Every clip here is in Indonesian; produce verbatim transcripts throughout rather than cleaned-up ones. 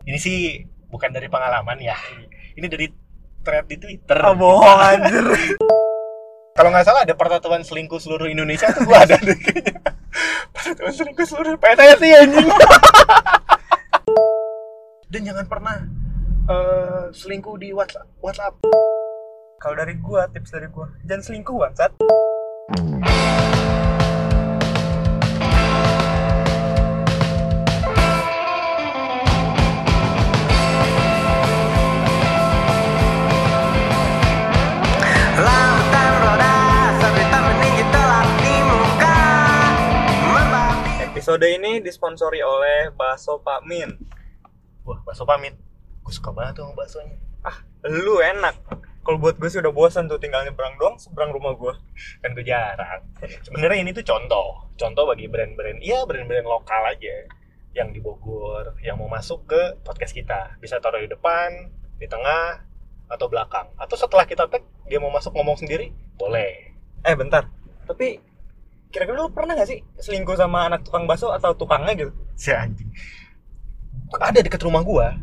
Ini sih bukan dari pengalaman ya. Ini dari thread di Twitter. Ah, bohong anjir. Kalau nggak salah ada pertatuan selingkuh seluruh Indonesia tuh gua ada deh kayaknya. Pertatuan selingkuh seluruh P N S sih anjing. Dan jangan pernah uh, selingkuh di WhatsApp. WhatsApp. Kalau dari gua, tips dari gua, jangan selingkuh bangsat. Episode ini disponsori oleh Bakso Pak Min. Wah, bakso pamit. Gue suka banget tuh sama baksonya. Ah, lu enak. Kalau buat gue sih udah bosan tuh tinggal nyebrang doang seberang rumah gue. Kan gue jarang. Sebenarnya ini tuh contoh, contoh bagi brand-brand, iya brand-brand lokal aja yang di Bogor, yang mau masuk ke podcast kita. Bisa taruh di depan, di tengah, atau belakang. Atau setelah kita tag, dia mau masuk ngomong sendiri, boleh. Eh bentar, tapi kira-kira lu pernah gak sih selingkuh sama anak tukang bakso atau tukangnya gitu? Si anjing. Ada dekat rumah gua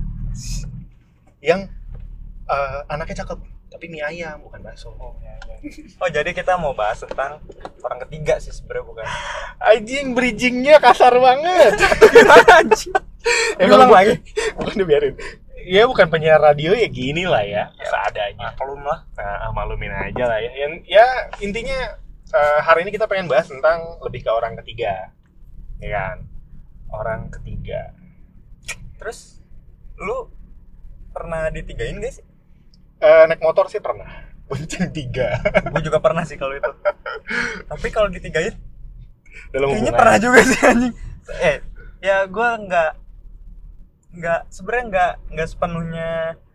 yang uh, anaknya cakep, tapi mie ayam bukan bakso. Oh, ya, ya. Oh jadi kita mau bahas tentang orang ketiga sih sebenarnya bukan. Anjing, bridgingnya kasar banget. Anjing. Emang Ulang lagi. Bukan dibiarin. Ya bukan penyiar radio ya gini lah ya, seadanya. Maklum lah. Nah, maklumin aja lah ya. Yang ya intinya uh, hari ini kita pengen bahas tentang lebih ke orang ketiga. Ya kan? Orang ketiga. Terus lu pernah ditigain gak sih? Uh, naik motor sih pernah. Bonceng tiga. Gue juga pernah sih kalau itu. Tapi kalau ditigain dalam kayaknya hubungan. pernah juga sih anjing. Eh, ya gue nggak nggak sebenarnya nggak nggak sepenuhnya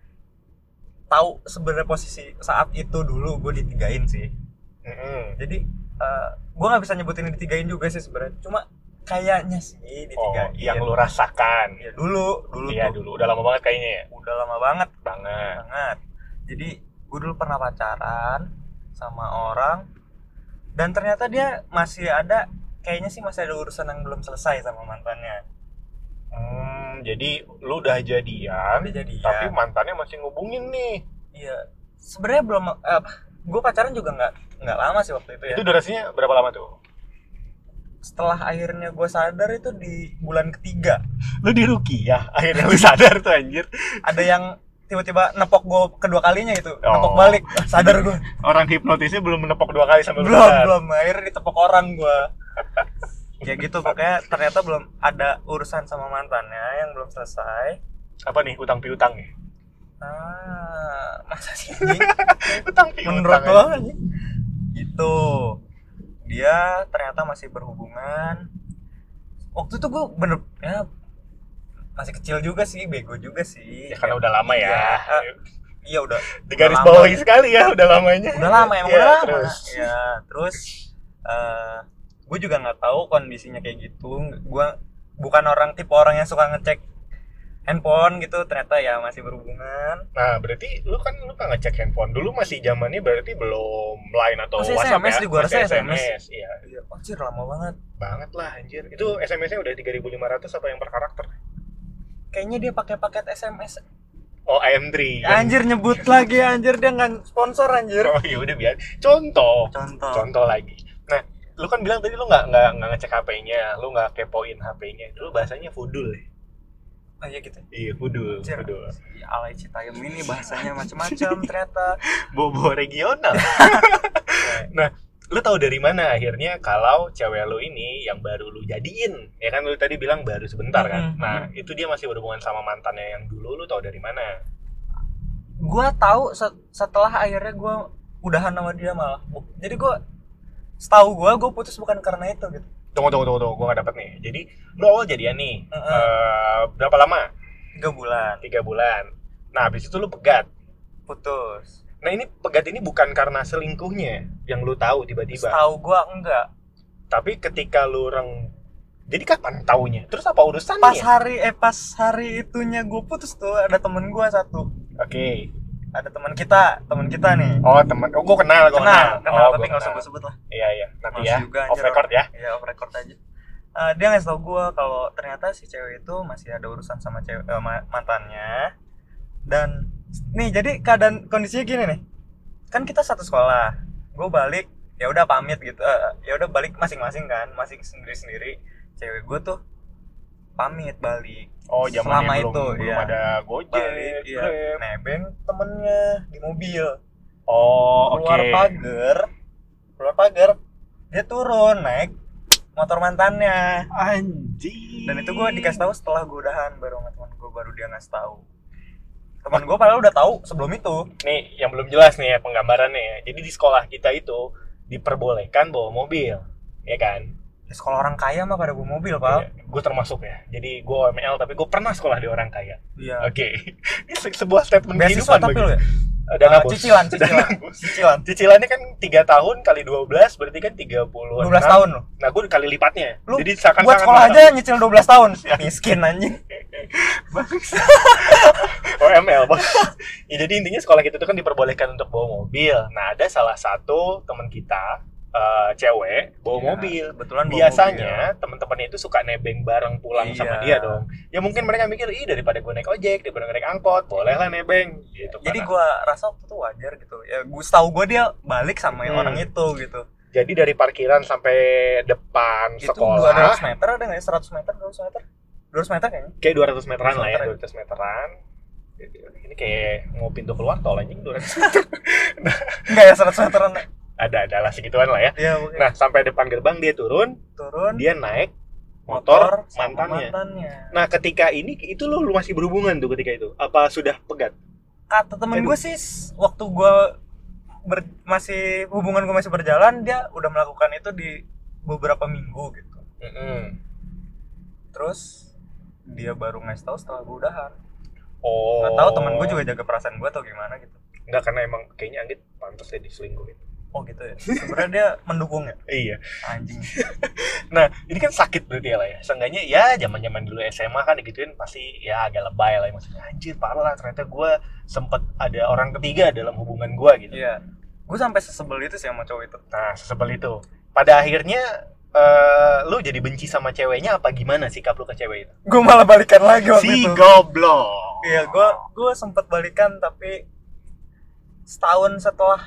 tahu sebenarnya posisi saat itu dulu gue ditigain sih. Mm-hmm. Jadi uh, gue nggak bisa nyebutin ditigain juga sih sebenarnya. Cuma kayaknya sih ditigain. Oh, yang lu rasakan. Ya dulu, dulu Iya tuh. dulu, udah lama banget kayaknya ya. Udah lama banget, Banget. banget. Jadi gue dulu pernah pacaran sama orang dan ternyata dia masih ada, kayaknya sih masih ada urusan yang belum selesai sama mantannya. Hmm, jadi lu udah jadian, Udah jadian. tapi mantannya masih ngubungin nih. Iya, sebenarnya belum. Eh, gue pacaran juga nggak nggak lama sih waktu itu ya. Itu durasinya berapa lama tuh? Setelah akhirnya gue sadar itu di bulan ketiga. Lu di Rukiah, akhirnya lu sadar tuh anjir. Ada yang tiba-tiba nepok gue kedua kalinya gitu, Oh. nepok balik, sadar gue. Orang hipnotisnya belum menepok dua kali sampai lu Belum, sadar. belum. Akhirnya ditepok orang gue. Ya gitu, pokoknya ternyata belum ada urusan sama mantannya yang belum selesai. Apa nih, utang piutang nih? Ah, masa sih anjing? Utang piutang. Menurut lo anjing? Gitu. Dia ternyata masih berhubungan. Waktu itu gue bener ya masih kecil juga sih, bego juga sih. Ya karena udah lama ya. Iya, uh, iya udah. Di garis udah lama. bawahi sekali ya, udah lamanya. Udah lama emang Ya, udah lama. terus. Ya, terus uh, gue juga nggak tahu kondisinya kayak gitu. Gue bukan orang tipe orang yang suka ngecek handphone gitu, ternyata ya masih berhubungan. Nah, berarti lu kan lu kan ngecek handphone dulu, masih zamannya berarti belum Line atau Masih WhatsApp S M S ya? juga, Masih rasa S M S. Iya. Iya, anjir lama banget. Banget lah anjir. Itu S M S-nya udah tiga ribu lima ratus apa yang per karakter? Kayaknya dia pakai paket S M S. Oh, A M tiga. Anjir nyebut lagi anjir, dia nggak sponsor anjir. Oh, iya udah biar. Contoh. Contoh. Contoh lagi. Nah, lu kan bilang tadi lu nggak nggak nggak ngecek H P-nya, lu nggak kepoin H P-nya. Itu bahasanya fudul ya? Oh iya gitu. Iya, fudul, Anjir, fudul. si Alay Citayam ini bahasanya macam-macam ternyata. Bobo regional. Nah, lu tahu dari mana akhirnya kalau cewek lu ini yang baru lu jadiin? Ya kan lu tadi bilang baru sebentar kan. Mm-hmm. Nah, itu dia masih berhubungan sama mantannya yang dulu, lu tahu dari mana? Gua tahu set- setelah akhirnya gua udahan sama dia malah. Jadi gua setahu gua gua putus bukan karena itu gitu. Tunggu, tunggu, tunggu, tunggu. Gue nggak dapet nih. Jadi, lu awal jadian nih. Uh-uh. Uh, berapa lama? Tiga bulan Tiga bulan. Nah, habis itu lu pegat. putus. Nah, ini pegat ini bukan karena selingkuhnya yang lu tahu tiba-tiba. Setahu gua enggak. Tapi ketika lu reng... Jadi kapan taunya? Terus apa urusannya? Pas hari eh pas hari itunya gua putus tuh ada temen gua satu. Oke. Ada teman kita, teman kita nih. Oh, teman. Oh, gue kenal, gue kenal. Kenal, kenal Oh, tapi gua nggak usah kenal. gua sebut lah. Iya, iya. Nanti Masih ya. juga, Off anjir, record ya. Iya, off record aja. uh, dia ngasih tau gue kalau ternyata si cewek itu masih ada urusan sama cewek uh, mantannya. Dan nih jadi keadaan kondisinya gini nih, kan kita satu sekolah, gue balik ya udah pamit gitu, uh, ya udah balik masing-masing kan, masing sendiri-sendiri. Cewek gue tuh pamit balik. Oh, selama belum, itu belum ya ada Gojek, balik, iya. Grab. Nebeng temennya di mobil. Oh, oke. Keluar Okay. pagar, keluar pagar, dia turun naik motor mantannya. Anjing. Dan itu gue dikasih tahu setelah gue udahan, baru sama teman gue baru dia ngasih tahu. Teman gue padahal udah tahu sebelum itu. Nih, yang belum jelas nih ya penggambarannya ya. Jadi di sekolah kita itu diperbolehkan bawa mobil, ya kan? Di sekolah orang kaya mah pada bawa mobil, Pak. Ya, gue termasuk ya. Jadi gue O M L tapi gue pernah sekolah di orang kaya. Iya. Oke. Okay. Ini se- sebuah statement beasiswa kehidupan tapi bagi. lo ya? Dana Uh, bos. cicilan, cicilan. Dana bos. Cicilan. Cicilannya kan tiga tahun kali dua belas berarti kan tiga puluh enam. dua belas tahun lo. Nah, gue kali lipatnya. Lu Jadi seakan-akan buat sekolah aja nyicil dua belas tahun. Miskin anjing. O M L bos. Ya, jadi intinya sekolah kita itu kan diperbolehkan untuk bawa mobil. Nah, ada salah satu teman kita uh, cewek bawa Iya, mobil. kebetulan bawa Biasanya teman-temannya itu suka nebeng bareng pulang Iya. sama dia dong. Ya mungkin mereka mikir, ih daripada gue naik ojek, daripada gue naik angkot, bolehlah nebeng gitu. Jadi karena- gue rasa waktu itu wajar gitu. Ya gue tahu gue dia balik sama Hmm. orang itu gitu. Jadi dari parkiran sampai depan Itu sekolah dua ratus meter ada nggak ya? seratus meter, dua ratus meter? dua ratus meter kayaknya. kayak dua ratus meteran lah ya, meter ya. dua ratus meteran. Ini kayak mau pintu keluar tol anjing dua ratus meter. Enggak ya seratus meteran. ada adalah segituan lah ya. Iya, mungkin. Nah, sampai depan gerbang dia turun, Turun dia naik motor, sama mantannya. mantannya. Nah, ketika ini itu lu, lu masih berhubungan tuh ketika itu? Apa sudah pegat? Kata temen Aduh. gue sih waktu gue ber- masih hubungan gue masih berjalan, dia udah melakukan itu di beberapa minggu gitu. Mm-mm. Terus dia baru ngasih tahu setelah gue udahan. Oh. Nggak tahu temen gue juga jaga perasaan gue atau gimana gitu. Enggak, karena emang kayaknya Anggit pantas ya diselingkuhin. Oh gitu ya. Sebenarnya dia mendukung ya. Iya. Anjing. Nah, ini kan sakit berarti ya lah ya. Seenggaknya ya zaman-zaman dulu S M A kan digituin pasti ya agak lebay lah. Maksudnya anjir parah lah, ternyata gue sempet ada orang ketiga dalam hubungan gue gitu. Iya. Gue sampai sesebel itu sih sama cowok itu. Nah, sesebel itu. Pada akhirnya eh, lu jadi benci sama ceweknya apa gimana sikap lu ke cewek itu? Gue malah balikan lagi waktu Si itu. goblok. Iya, gue gue sempet balikan tapi setahun setelah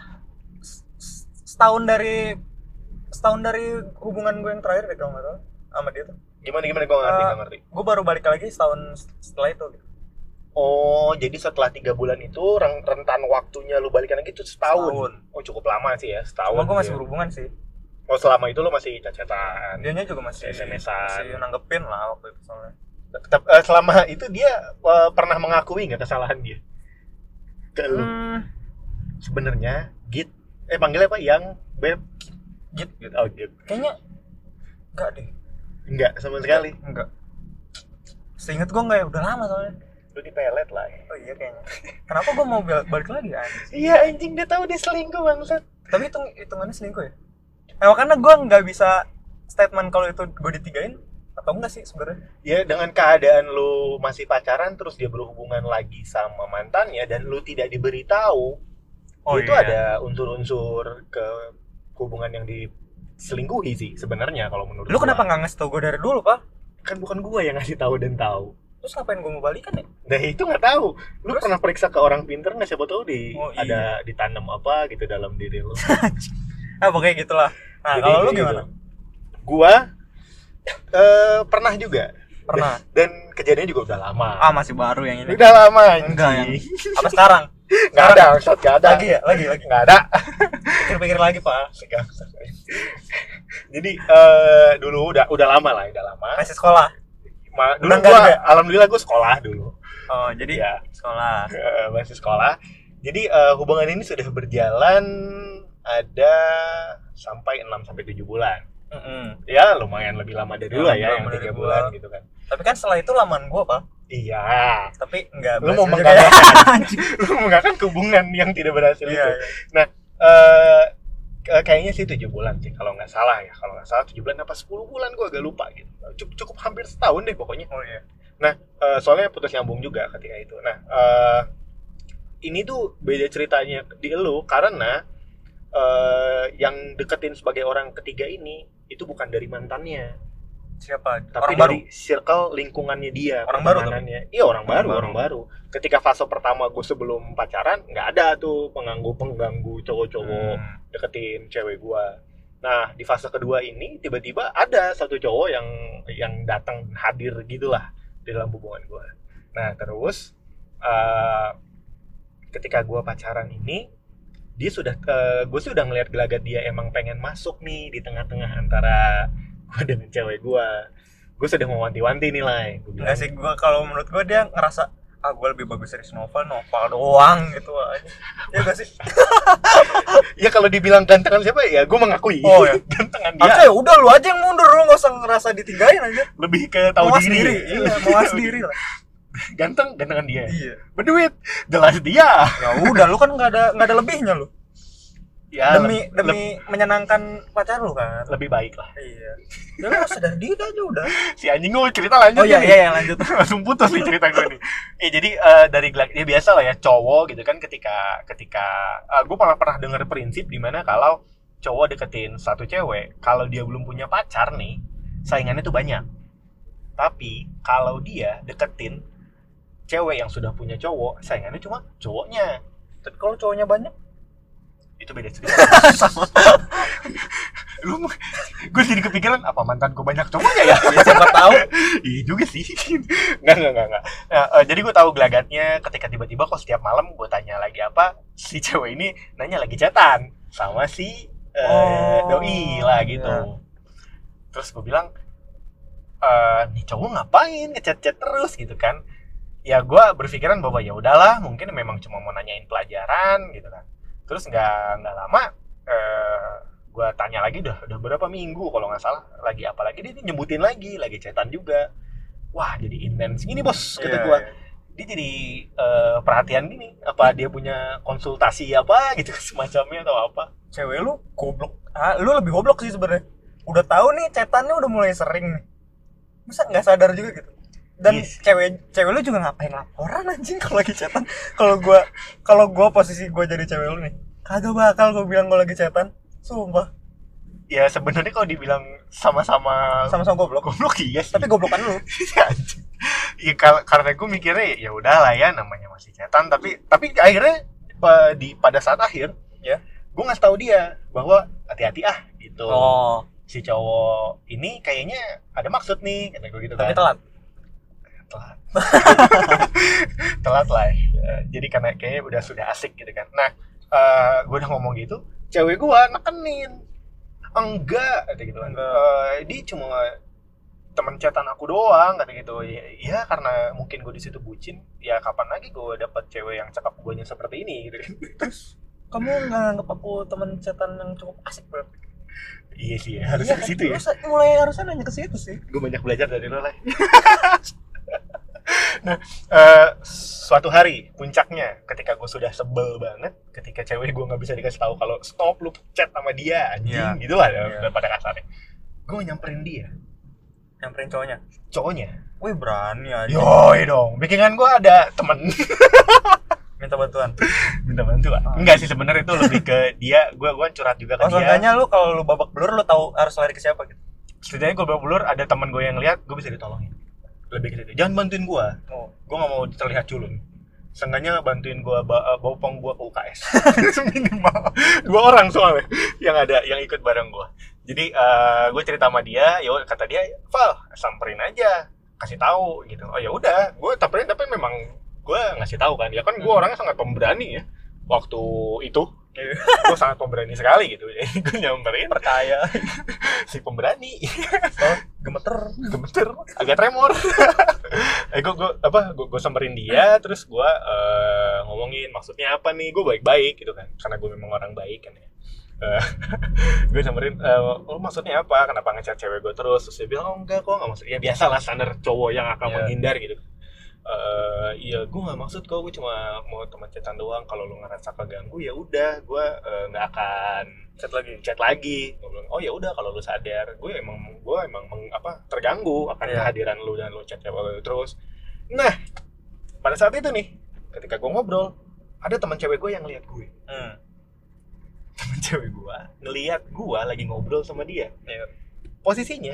s- setahun dari setahun dari hubungan gue yang terakhir deh kalau nggak salah sama dia tuh. Gimana gimana gue ngerti Eh, nggak ngerti. Gue baru balik lagi setahun setelah itu. Gitu. Oh, jadi setelah tiga bulan itu reng- rentan waktunya lu balikan lagi itu setahun. Setahun. Oh, cukup lama sih ya, setahun. Cuma gue masih ya. berhubungan sih. Oh, selama itu lu masih chat-chatan. Dianya juga masih S M S-an. masih nanggepin lah waktu itu soalnya. Tetap eh, selama itu dia eh, pernah mengakui nggak kesalahan dia? Ke lu. Hmm, Sebenarnya Git eh panggilnya apa? Yang Beb gitu. Git. Oh, Git. Kayaknya enggak deh. Enggak sama sekali. Enggak. Seingat gue enggak ya, udah lama soalnya. Lu dipelet lah. Ya. Oh iya kayaknya. Kenapa gue mau bal- balik lagi anjing? Iya, anjing dia tahu dia selingkuh bangsat. Tapi hitung hitungannya selingkuh ya? Eh, karena gue nggak bisa statement kalau itu gue ditigain atau enggak sih sebenarnya. Ya dengan keadaan lu masih pacaran terus dia berhubungan lagi sama mantannya dan lu tidak diberitahu. Oh, itu iya. ada unsur-unsur ke hubungan yang diselingkuhi sih sebenarnya kalau menurut Lu gua. kenapa nggak ngasih tau gue dari dulu, Pak? Kan bukan gua yang ngasih tahu dan tahu. Terus ngapain gue mau balikan ya? Nah itu nggak tahu. Lu Terus? pernah periksa ke orang pinter nggak, siapa tahu di Oh, iya. ada ditanam apa gitu dalam diri lu. Ah, pokoknya gitulah. Nah, Jadi, kalau lu gitu. gimana? Gua eh, pernah juga. Pernah. Dan kejadiannya juga udah lama. Ah, masih baru yang ini. Udah lama Enggak ya. anjing. Apa sekarang? Nggak ada, maksud nggak ada. Lagi ya? Lagi, lagi. Nggak ada. Pikir-pikir lagi, Pak. Jadi eh, dulu udah udah lama lah, udah lama. Masih sekolah. Ma, dulu Udah nggak gua ada? alhamdulillah gua sekolah dulu. Oh, jadi Ya, sekolah. eh, masih sekolah. Jadi eh, hubungan ini sudah berjalan ada sampai enam sampai tujuh bulan. Mm-mm. Ya, lumayan lebih lama dari dulu lah Ya, ya, yang lama dari tiga gua. bulan gitu kan. Tapi kan setelah itu lamaan gue, Pak. Iya. Tapi enggak Lu mau berhasil juga ya. mengatakan lu mengatakan hubungan yang tidak berhasil Iya, itu. iya. Nah, eh eh, kayaknya sih tujuh bulan sih kalau nggak salah ya. Kalau nggak salah tujuh bulan apa sepuluh bulan gua agak lupa gitu. Cukup, cukup hampir setahun deh pokoknya. Oh iya. Nah, eh, soalnya putus nyambung juga ketika itu. Nah, eh, ini tuh beda ceritanya di elu karena eh, yang deketin sebagai orang ketiga ini itu bukan dari mantannya. Siapa? Tapi Orang dari baru. circle lingkungannya dia, Orang baru tuh? pertemanannya. Iya orang baru, Orang orang baru. Ketika fase pertama gue sebelum pacaran nggak ada tuh pengganggu-pengganggu cowok-cowok Hmm. deketin cewek gue. Nah di fase kedua ini tiba-tiba ada satu cowok yang yang datang hadir gitulah di dalam hubungan gue. Nah terus uh, ketika gue pacaran ini dia sudah uh, gue sih udah ngeliat gelagat dia emang pengen masuk nih di tengah-tengah antara gue dengan cewek gue. Gue sudah mewanti-wanti nih lah. Enggak sih, gua kalau menurut gua dia ngerasa ah gue lebih bagus dari si Novel, Novel doang gitu aja. Ya gak sih? Ya kalau dibilang gantengan siapa ya gue mengakui. Oh ya, gantengan dia. harusnya ya udah lu aja yang mundur, lu gak usah ngerasa ditinggalin aja. Lebih ke tahu Mawas diri. diri, ya. iya, mawas diri lah. Ganteng, gantengan dia. Iya. Berduit, jelas dia. Ya udah, lu kan nggak ada nggak ada lebihnya lu. Ya, Demi le- demi menyenangkan pacar lu kan. le- lebih baik lah. Iya. Ya lu sadar diri aja udah. Si anjing gue cerita lanjut. Oh iya nih. iya yang lanjut. Langsung putus nih cerita gue nih. Eh jadi eh, dari gelag ya biasa lah ya cowok gitu kan ketika ketika eh, gue pernah pernah dengar prinsip di mana kalau cowok deketin satu cewek, kalau dia belum punya pacar nih, saingannya tuh banyak. Tapi kalau dia deketin cewek yang sudah punya cowok, saingannya cuma cowoknya. Tapi kalau cowoknya banyak, Itu beda cerita. Lu gue jadi kepikiran apa mantan gue banyak cowoknya ya? ya siapa tahu. Iya juga sih. Enggak, enggak, enggak, enggak. Nah, uh, jadi gue tahu gelagatnya ketika tiba-tiba kok setiap malam gue tanya lagi apa, si cewek ini nanya lagi chatan sama si uh, Oh, doi lah gitu. iya. Terus gue bilang, e, nih cowok ngapain ngechat-chat terus gitu kan? Ya gue berpikiran bahwa ya udahlah, mungkin memang cuma mau nanyain pelajaran gitu kan. Terus nggak nggak lama, uh, gue tanya lagi udah udah berapa minggu kalau nggak salah lagi apa lagi dia nyebutin lagi lagi chatan juga. Wah jadi intens gini bos kata Iya, gue. iya. Dia jadi uh, perhatian gini apa dia punya konsultasi apa gitu semacamnya atau apa. Cewek lu goblok. Ah, lu lebih goblok sih sebenarnya. Udah tahu nih chatannya udah mulai sering nih. Masa nggak sadar juga gitu? Dan Yes. cewek cewek lu juga ngapain laporan anjing kalau lagi chatan? Kalau gua kalau gua posisi gua jadi cewek lu nih, kagak bakal gua bilang gua lagi chatan. Sumpah. Ya sebenarnya kalau dibilang sama-sama Sama-sama goblok. goblok iya sih. Tapi goblokan lu. Anjing. Iya kar- karena gue mikirnya ya udahlah ya namanya masih chatan tapi tapi akhirnya pa- di pada saat akhir Ya. gue ngasih tahu dia bahwa hati-hati ah gitu. Oh, Si cowok ini kayaknya ada maksud nih kata gue gitu tapi kan. telat. Telat. Telat lah. Ya, jadi karena kayaknya udah sudah asik gitu kan. Nah, eh gue udah ngomong gitu, cewek gue nekenin. Enggak, kata gitu kan. Enggak. Eh, dia cuma teman chatan aku doang kata gitu. Ya, ya karena mungkin gue di situ bucin, ya kapan lagi gue dapet cewek yang cakep guanya seperti ini gitu kan. Kamu nggak nganggap aku teman chatan yang cukup asik berarti? Iya sih ya, harus Iya, ke situ ya. Harus, mulai harusnya nanya ke situ sih. Gue banyak belajar dari lo lah. Nah, eh, suatu hari puncaknya ketika gue sudah sebel banget, ketika cewek gue nggak bisa dikasih tahu kalau stop lu chat sama dia anjing, Iya. gitu lah Iya. pada kasarnya. Gue nyamperin dia, Nyamperin cowoknya. cowoknya. Wih, berani aja. Yoi dong, bikinan gue ada temen Minta bantuan. minta bantuan. Ah. Enggak sih sebenarnya itu lebih ke dia, gue gue curhat juga ke Oh, dia. seenggaknya lu kalau lu babak belur lu tahu harus lari ke siapa gitu. Setidaknya gue bawa bulur, ada teman gue yang lihat, gue bisa ditolongin. Lebih ke situ. Jangan bantuin gue. Oh. Gue nggak mau terlihat culun. Seenggaknya bantuin gue bawa pong gue ke U K S. Minimal dua orang soalnya yang ada yang ikut bareng gue. Jadi uh, gue cerita sama dia, ya kata dia, Val samperin aja, kasih tahu gitu. Oh ya udah, gue samperin tapi memang gue ngasih tahu kan. Ya kan gue Hmm. orangnya sangat pemberani ya. Waktu itu gue sangat pemberani sekali gitu. Jadi gue nyamperin Percaya. si pemberani. Oh, gemeter. Gemeter, agak tremor. eh gue gue apa gue gue samperin dia terus gue uh, ngomongin maksudnya apa nih, gue baik-baik gitu kan karena gue memang orang baik kan ya. Uh, gue samperin uh, oh maksudnya apa, kenapa ngechat cewek gue terus, terus dia bilang oh enggak kok nggak maksud, ya biasa lah standar cowok yang akan Iya. menghindar gitu. Uh, iya gue nggak maksud kok, gue cuma mau teman chatan doang, kalau lu ngerasa keganggu ya udah gue uh, nggak akan Chat lagi. chat lagi. Gue bilang oh ya udah kalau lu sadar, gue emang gue emang meng, apa terganggu akan Iya. kehadiran lu dan lu chat cewek lu terus. Nah pada saat itu nih ketika gue ngobrol ada teman cewek gue yang lihat gue, Hmm. teman cewek gue ngelihat gue lagi ngobrol sama dia. Iya. Posisinya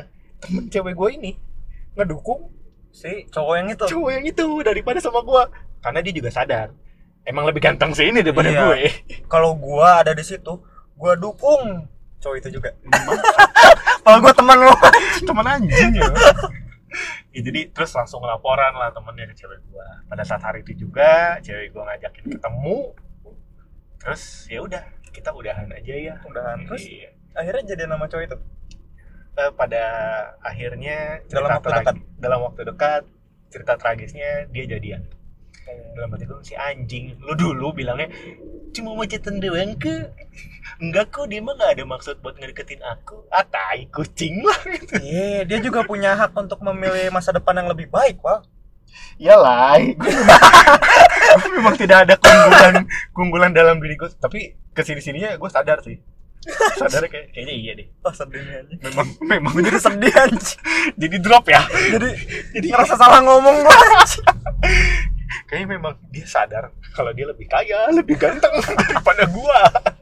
temen cewek gue ini ngedukung si cowok yang itu. cowok yang itu daripada sama gue, karena dia juga sadar emang lebih ganteng sih ini daripada Iya. gue. Kalau gua ada di situ, gua dukung cowok itu juga. Kalau gua teman lu. Temen anjing ya. Ya, jadi terus langsung laporan lah temennya ke cewek gue. Pada saat hari itu juga cewek gue ngajakin ketemu, terus ya udah kita udahan aja ya. Udahan. Terus Iya. akhirnya jadi nama cowok itu. Eh, pada akhirnya Dalam cerita waktu tragi- dekat. dalam waktu dekat cerita tragisnya dia jadian. Dalam hati gue si anjing, lu dulu bilangnya cuma mau chatan doang ke, enggak kok, dia mah gak ada maksud buat ngedeketin aku. Ah tai kucing lah gitu. Iya, dia juga punya hak untuk memilih masa depan yang lebih baik, Pak. Iyalah, gue memang, memang tidak ada keunggulan keunggulan dalam diri gue, tapi kesini sininya gue sadar sih, sadar kayak kayaknya iya deh, Oh, sedihnya anjing. memang memang Gue jadi sedih anjing. jadi drop ya, Jadi jadi ngerasa salah ngomong gua anjing. kayaknya memang dia sadar kalau dia lebih kaya, lebih ganteng daripada gue.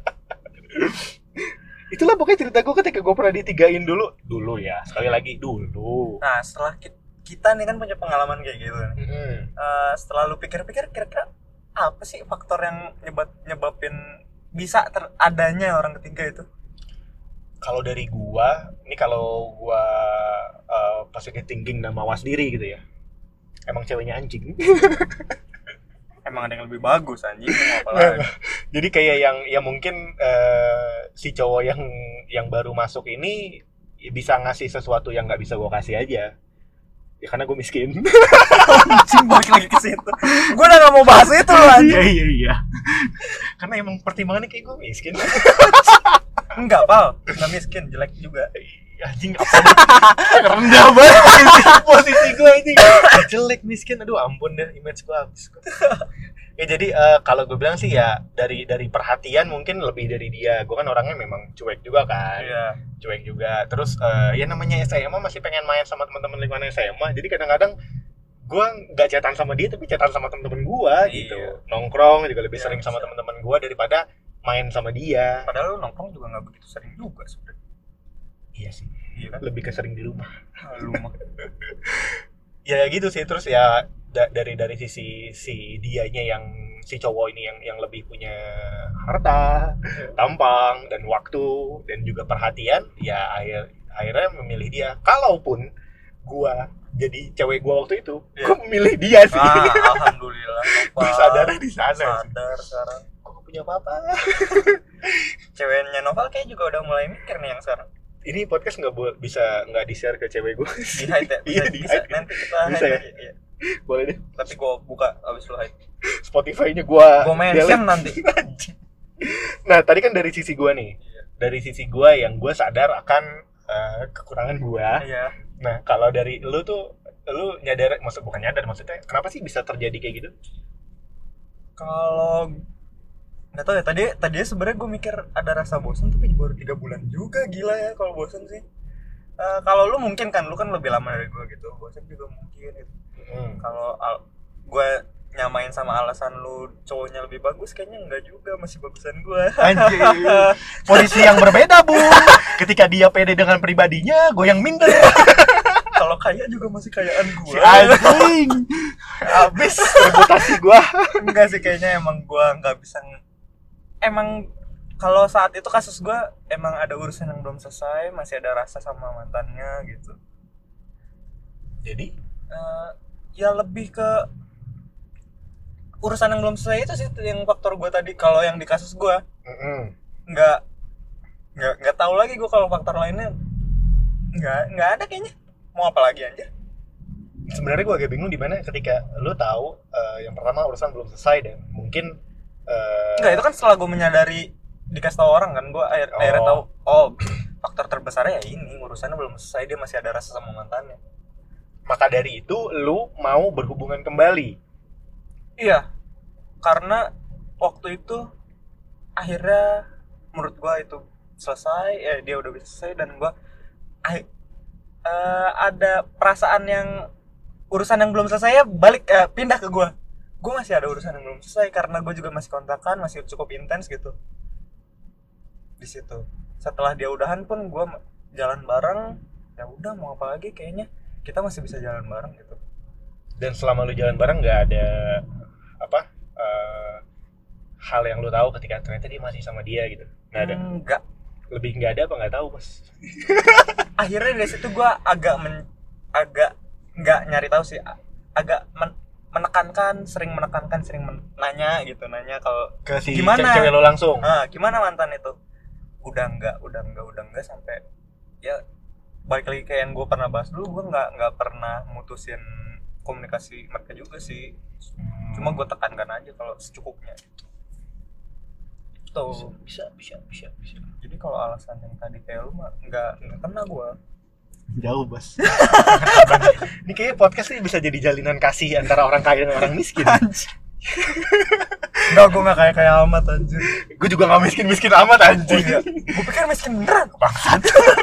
Itulah pokoknya cerita gue ketika gue pernah ditigain dulu, dulu ya sekali lagi dulu. Nah, setelah ki- kita nih kan punya pengalaman kayak gitu. Mm-mm. Eh, setelah lu pikir-pikir kira-kira apa sih faktor yang nyebab nyebabin bisa teradanya orang ketiga itu? Kalau dari gua, ini kalau gua uh, positive thinking dan mawas diri gitu ya, emang ceweknya anjing. Emang ada yang lebih bagus anjing, mau apa lagi? Jadi kayak yang ya mungkin uh, si cowok yang yang baru masuk ini ya bisa ngasih sesuatu yang nggak bisa gua kasih aja. Ya karena gue miskin. Anjing, balik lagi ke situ. Gue udah gak mau bahas itu loh anjing. Iya iya iya. Karena emang pertimbangannya kayak gue miskin. Enggak, Pal. Gak miskin, jelek juga. Anjing apa nih? Rendah banget posisi, posisi gue anjing. Jelek miskin, aduh ampun deh, image gue habis. Ya jadi uh, kalau gue bilang sih ya dari dari perhatian mungkin lebih dari dia. Gue kan orangnya memang cuek juga kan. Iya. Cuek juga. Terus uh, ya namanya S M A masih pengen main sama teman-teman lingkungan S M A. Jadi kadang-kadang gue nggak chatan sama dia tapi chatan sama teman-teman gue gitu. Iya. Nongkrong juga lebih Iya, sering sama bisa. teman-teman gue daripada main sama dia. Padahal lu nongkrong juga gak begitu sering juga sebenarnya. Iya sih. Iya kan? Lebih ke sering di rumah. Ah, lu mah. Ya gitu sih. Terus ya da- dari dari sisi si dianya yang si cowok ini yang yang lebih punya harta, tampang dan waktu dan juga perhatian, ya akhir akhirnya memilih dia. Kalaupun gua jadi cewek gua waktu itu, Iya. gua memilih dia sih. Ah, alhamdulillah. Gua sadar di sana sih. Sadar sekarang. Gua gak punya apa-apa. Ceweknya Novel kayak juga udah mulai mikir nih yang sekarang. Ini podcast nggak bo- bisa nggak di share ke cewek gua. Di hide ya? Bisa, Iya, di bisa. hide. Nanti kita Bisa hide ya? aja. Iya. Boleh deh. Tapi gua buka abis lu hide. Spotify-nya gua Gua mention delete. nanti. Anjing. Nah, tadi kan dari sisi gua nih. Iya. Dari sisi gua yang gua sadar akan uh, kekurangan gua. Iya. Nah, kalau dari lu tuh lu nyadar, maksud bukan nyadar, maksudnya kenapa sih bisa terjadi kayak gitu? Kalau nggak tahu ya, tadi tadi sebenarnya gue mikir ada rasa bosan tapi baru tiga bulan juga, gila ya kalau bosan sih. Eh, kalau lu mungkin kan, lu kan lebih lama dari gue gitu, bosan juga mungkin gitu. Hmm. Kalau al- gue nyamain sama alasan lu cowoknya lebih bagus, kayaknya enggak juga, masih bagusan gue. Anjir. Posisi yang berbeda, Bu. Ketika dia pede dengan pribadinya, gue yang minder. Kalau kaya juga masih kayaan gue. Si anjing. Habis reputasi gua. Enggak sih, kayaknya emang gue nggak bisa ng- emang kalau saat itu kasus gue emang ada urusan yang belum selesai, masih ada rasa sama mantannya gitu. Jadi, Eh, ya lebih ke urusan yang belum selesai itu sih yang faktor gue tadi. Kalau yang di kasus gue mm-mm. nggak nggak nggak tahu lagi gue kalau faktor lainnya nggak nggak ada kayaknya. Mau apa lagi aja? Sebenarnya gue agak bingung di mana ketika lu tahu uh, yang pertama urusan belum selesai dan mungkin uh, Enggak, itu kan setelah gue menyadari, dikasih tahu orang kan, gue akhir, Oh. akhirnya tahu oh faktor terbesarnya ya ini, urusannya belum selesai, dia masih ada rasa sama mantannya. maka dari itu lu mau berhubungan kembali. Iya, karena waktu itu akhirnya menurut gue itu selesai, eh dia udah bisa selesai, dan gue ah- eh, ada perasaan yang urusan yang belum selesai ya balik eh, pindah ke gue. Gue masih ada urusan yang belum selesai karena gue juga masih kontakan, masih cukup intens gitu. Di situ. Setelah dia udahan pun gue jalan bareng, ya udah mau apa lagi, kayaknya kita masih bisa jalan bareng gitu. Dan selama lu jalan bareng nggak ada apa uh, hal yang lu tahu ketika ternyata dia masih sama dia gitu, nggak ada? Enggak. Lebih nggak ada apa nggak tahu mas? Akhirnya dari situ gue agak men, agak nggak nyari tahu sih, agak men, menekankan, sering menekankan, sering men, nanya gitu, nanya kalau Ke si gimana cewek lo langsung? ah, gimana mantan itu, udah enggak, udah enggak, udah enggak, sampai ya balik lagi kayak yang gue pernah bahas dulu, gue nggak nggak pernah mutusin komunikasi mereka juga sih, Hmm. cuma gue tekankan aja kalau secukupnya gitu. Tuh. Bisa, bisa, bisa, bisa. Jadi kalau alasan yang tadi kayak lu mah nggak nggak kena gue. Jauh bos. Ini kayaknya podcast ini bisa jadi jalinan kasih antara orang kaya dan orang miskin. Enggak, gue nggak kayak kayak amat anjir. Gue juga nggak miskin miskin amat anjing. Oh, iya. Gue pikir miskin beneran bangsat.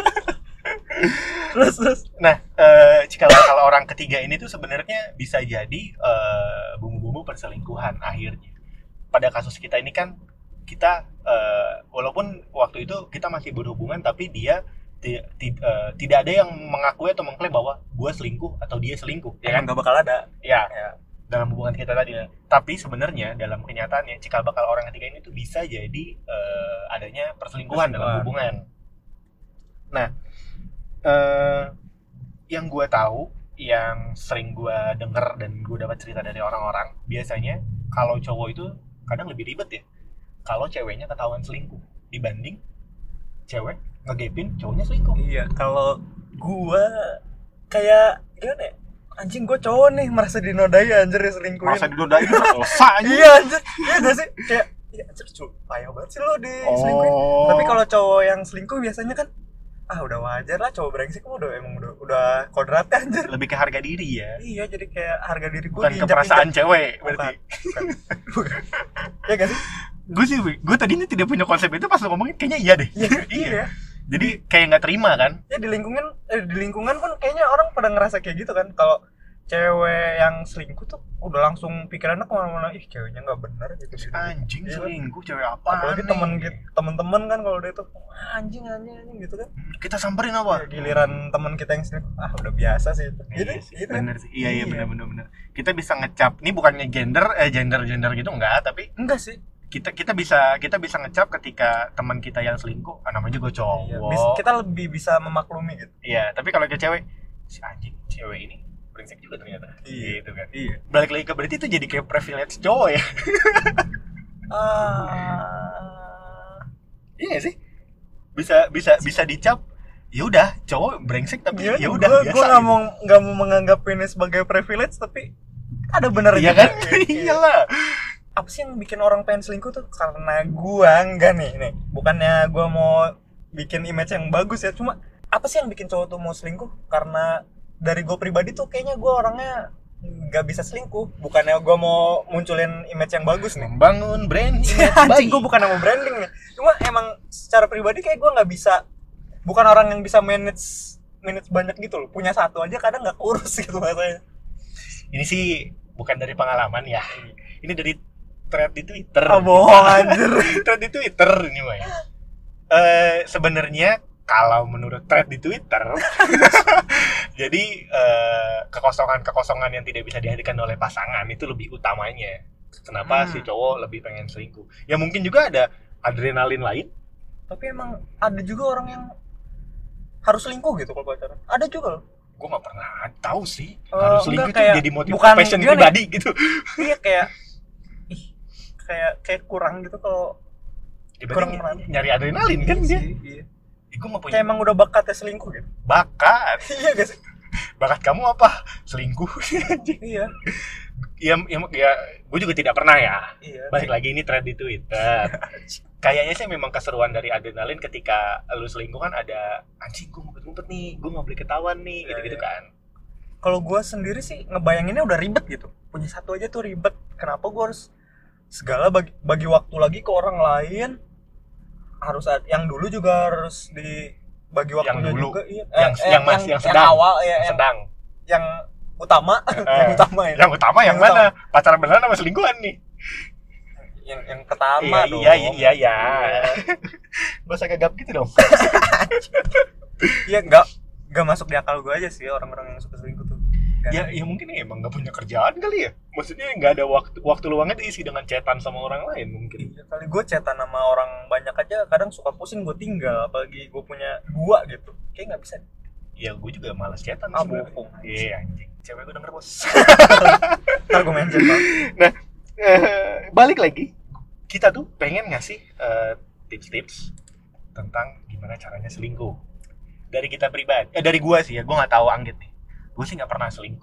terus terus. Nah, eh, kalau kalau orang ketiga ini tuh sebenarnya bisa jadi eh, bumbu-bumbu perselingkuhan akhirnya. Pada kasus kita ini kan kita uh, walaupun waktu itu kita masih berhubungan, tapi dia ti, ti, uh, tidak ada yang mengakui atau mengklaim bahwa gue selingkuh atau dia selingkuh, ya kan? Nggak bakal ada. Ya, Ya. dalam hubungan kita tadi. Ya. Tapi sebenarnya dalam kenyataannya cikal bakal orang ketiga ini tuh bisa jadi uh, adanya perselingkuhan dalam hubungan. Nah, uh, yang gue tahu, yang sering gue denger dan gue dapat cerita dari orang-orang, biasanya kalau cowok itu kadang lebih ribet ya kalau ceweknya ketahuan selingkuh dibanding cewek ngegepin cowoknya selingkuh. Iya, kalau gua kayak gimana ya? Anjing, gua cowok nih merasa dinodai anjir ya selingkuhin. Merasa dinodai dosa. Iya anjir. Iya gak sih? Kayak ya anjir cu, payah banget sih lo diselingkuhin. Oh. Tapi kalau cowok yang selingkuh biasanya kan ah udah wajar lah, cowok brengsek mah udah emang udah udah kodratnya anjir. Lebih ke harga diri ya. Iya, jadi kayak harga diri gua bukan ke perasaan cewek berarti. Bukan. Bukan. Ya gak sih? Gue sih, gue tadinya tidak punya konsep itu, pas lo ngomongin kayaknya iya deh. Iya, iya. Jadi kayak nggak terima kan? Ya di lingkungan, eh, di lingkungan pun kayaknya orang pada ngerasa kayak gitu kan. Kalau cewek yang selingkuh tuh udah langsung pikirannya kemana-mana, ih ceweknya nggak bener gitu. Anjing ya, selingkuh cewek apa? Apalagi temen temen-temen kan kalau dia tuh anjing anjing anjing gitu kan. Kita samperin apa? Ya, giliran temen kita yang selingkuh, ah udah biasa sih itu. Gitu, Iya sih, gitu. bener sih. Iya iya bener bener bener. Kita bisa ngecap. Ini bukannya gender eh gender gender gitu enggak, tapi enggak sih. kita kita bisa kita bisa ngecap ketika teman kita yang selingkuh, ah, namanya juga cowok. Iya, bis- kita lebih bisa memaklumi gitu. Iya, tapi kalau ke cewek, si anjing cewek ini brengsek juga ternyata. Iya. Gitu kan. Iya. Balik lagi ke berarti itu jadi kayak privilege cowok ya. Ah. Iya gak sih? Bisa bisa bisa dicap. Ya udah, cowok brengsek tapi ya udah biasa. Gue nggak gitu. mau nggak mau menganggap ini sebagai privilege, tapi ada benar Iya juga. kan? Iyalah. Apa sih yang bikin orang pengen selingkuh tuh? Karena gua enggak nih, nih. Bukannya gua mau bikin image yang bagus ya, cuma apa sih yang bikin cowok tuh mau selingkuh? Karena dari gua pribadi tuh kayaknya gua orangnya nggak bisa selingkuh. Bukannya gua mau munculin image yang bagus nih. Membangun brand image Anjing, baik. gua bukan mau branding nih. Cuma emang secara pribadi kayak gua nggak bisa, bukan orang yang bisa manage manage banyak gitu loh. Punya satu aja kadang nggak kurus gitu rasanya. Ini sih bukan dari pengalaman ya. Ini dari thread di Twitter. Ah, bohong anjir. Thread di Twitter ini mah ya. Eh sebenarnya kalau menurut thread di Twitter, jadi eh, kekosongan-kekosongan yang tidak bisa dihadirkan oleh pasangan itu lebih utamanya. Kenapa Hmm. si cowok lebih pengen selingkuh? Ya mungkin juga ada adrenalin lain. Tapi emang ada juga orang yang harus selingkuh gitu kalau pacaran. Ada juga loh. Gue nggak pernah tahu sih Eh, harus selingkuh enggak, itu kayak- jadi motif bukan passion gimana ya? pribadi gitu. Iya kayak ih kayak kayak kurang gitu kalau Ya, kurang berarti menarik. nyari adrenalin kan dia. Iya. Eh, gue nggak punya Kayak emang udah bakatnya selingkuh gitu. bakat. Iya guys. Bakat kamu apa? Selingkuh. Iya. Ya, ya, ya gue juga tidak pernah ya. Iya. Balik lagi ini thread di Twitter. Kayaknya sih memang keseruan dari adrenalin ketika lu selingkuh kan ada anjing gue ngumpet-ngumpet nih, gue nggak boleh ketahuan nih, Iya, gitu-gitu iya. kan. Kalau gue sendiri sih ngebayanginnya udah ribet gitu. Punya satu aja tuh ribet. Kenapa gue harus segala bagi, bagi waktu lagi ke orang lain? Harus ad- yang dulu juga harus dibagi waktunya dulu. juga. Iya. Yang- yang masih- yang sedang. awal ya, Yang yang, sedang. yang utama, yang utama ya. Yang utama yang, Yang mana? Pacaran beneran sama selingkuhan nih? Yang yang pertama Iya, dong. iya, iya, iya, iya. Iya. Gak usah gagap gitu dong. Iya enggak, Gak masuk di akal gue aja sih orang-orang yang suka selingkuh tuh. Gak Ya, ya mungkin emang nggak punya kerjaan kali ya. Maksudnya nggak ada waktu waktu luangnya diisi dengan chatan sama orang lain mungkin. Iya kali, gue chatan sama orang banyak aja kadang suka pusing, gue tinggal. Apalagi gue punya dua gitu, kayak nggak bisa. Ya gue juga malas chatan Ah, sebenarnya. bohong. Iya anjing. Cewek gue denger bos. Ntar gue mention bang. Nah, eh, balik lagi. Kita tuh pengen ngasih eh, tips-tips tentang gimana caranya selingkuh. Dari kita pribadi. Eh, dari gue sih ya. Gue nggak tahu Anggit nih. Gue sih nggak pernah selingkuh.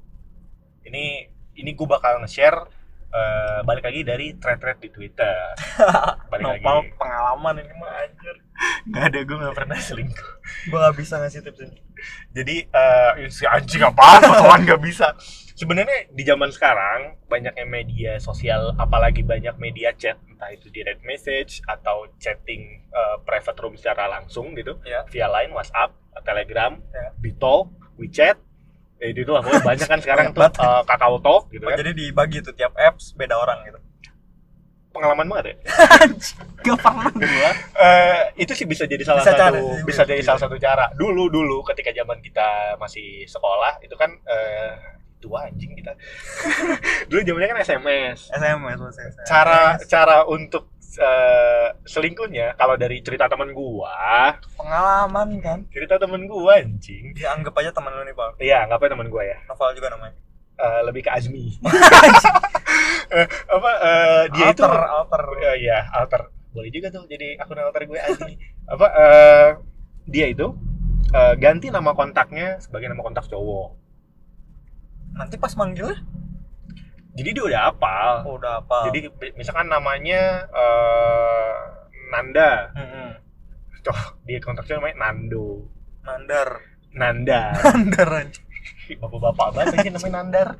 Ini ini gue bakal nge-share uh, balik lagi dari thread-thread di Twitter. Balik Nopal lagi. pengalaman ini mah anjir. Nggak ada, gue nggak pernah selingkuh. Gue nggak bisa ngasih tips ini. Jadi uh, si anjing apa-apa kawan nggak bisa. Sebenarnya di zaman sekarang banyaknya media sosial, apalagi banyak media chat, entah itu direct message atau chatting uh, private room secara langsung gitu, Ya. via Line, WhatsApp, Telegram, Ya. Bitalk, WeChat. Ya, itu lah, pokoknya banyak kan sekarang tuh Banyak uh, Kakao Talk gitu Oh, kan. jadi dibagi tuh tiap apps beda orang gitu. Pengalaman banget ya. Gak pernah gue. Eh, itu sih bisa jadi salah Bisa satu cara, iya, bisa iya. jadi salah satu cara. Dulu dulu ketika zaman kita masih sekolah itu kan eh tua anjing kita. Dulu zamannya kan S M S. S M S maksudnya. Cara cara untuk eh, selingkuhnya kalau dari cerita temen gua, Pengalaman kan. cerita temen gua anjing. Ya anggap aja teman lu nih Pak. Iya, nggak apa temen gua ya. Novel juga namanya. Eh, lebih ke Azmi. Eh, apa eh, dia itu alter, alter. Eh, iya, alter. Boleh juga tuh jadi akun alter gue Azmi. Apa eh, dia itu eh, ganti nama kontaknya sebagai nama kontak cowok. Nanti pas manggilnya Jadi dia udah hafal. oh, udah apa? Jadi bi- misalkan namanya eh, Nanda. Mm-mm. Tuh, dia kontaknya namanya Nando. Nandar. Nanda. Nandar aja. Bapak-bapak banget aja namanya Nandar.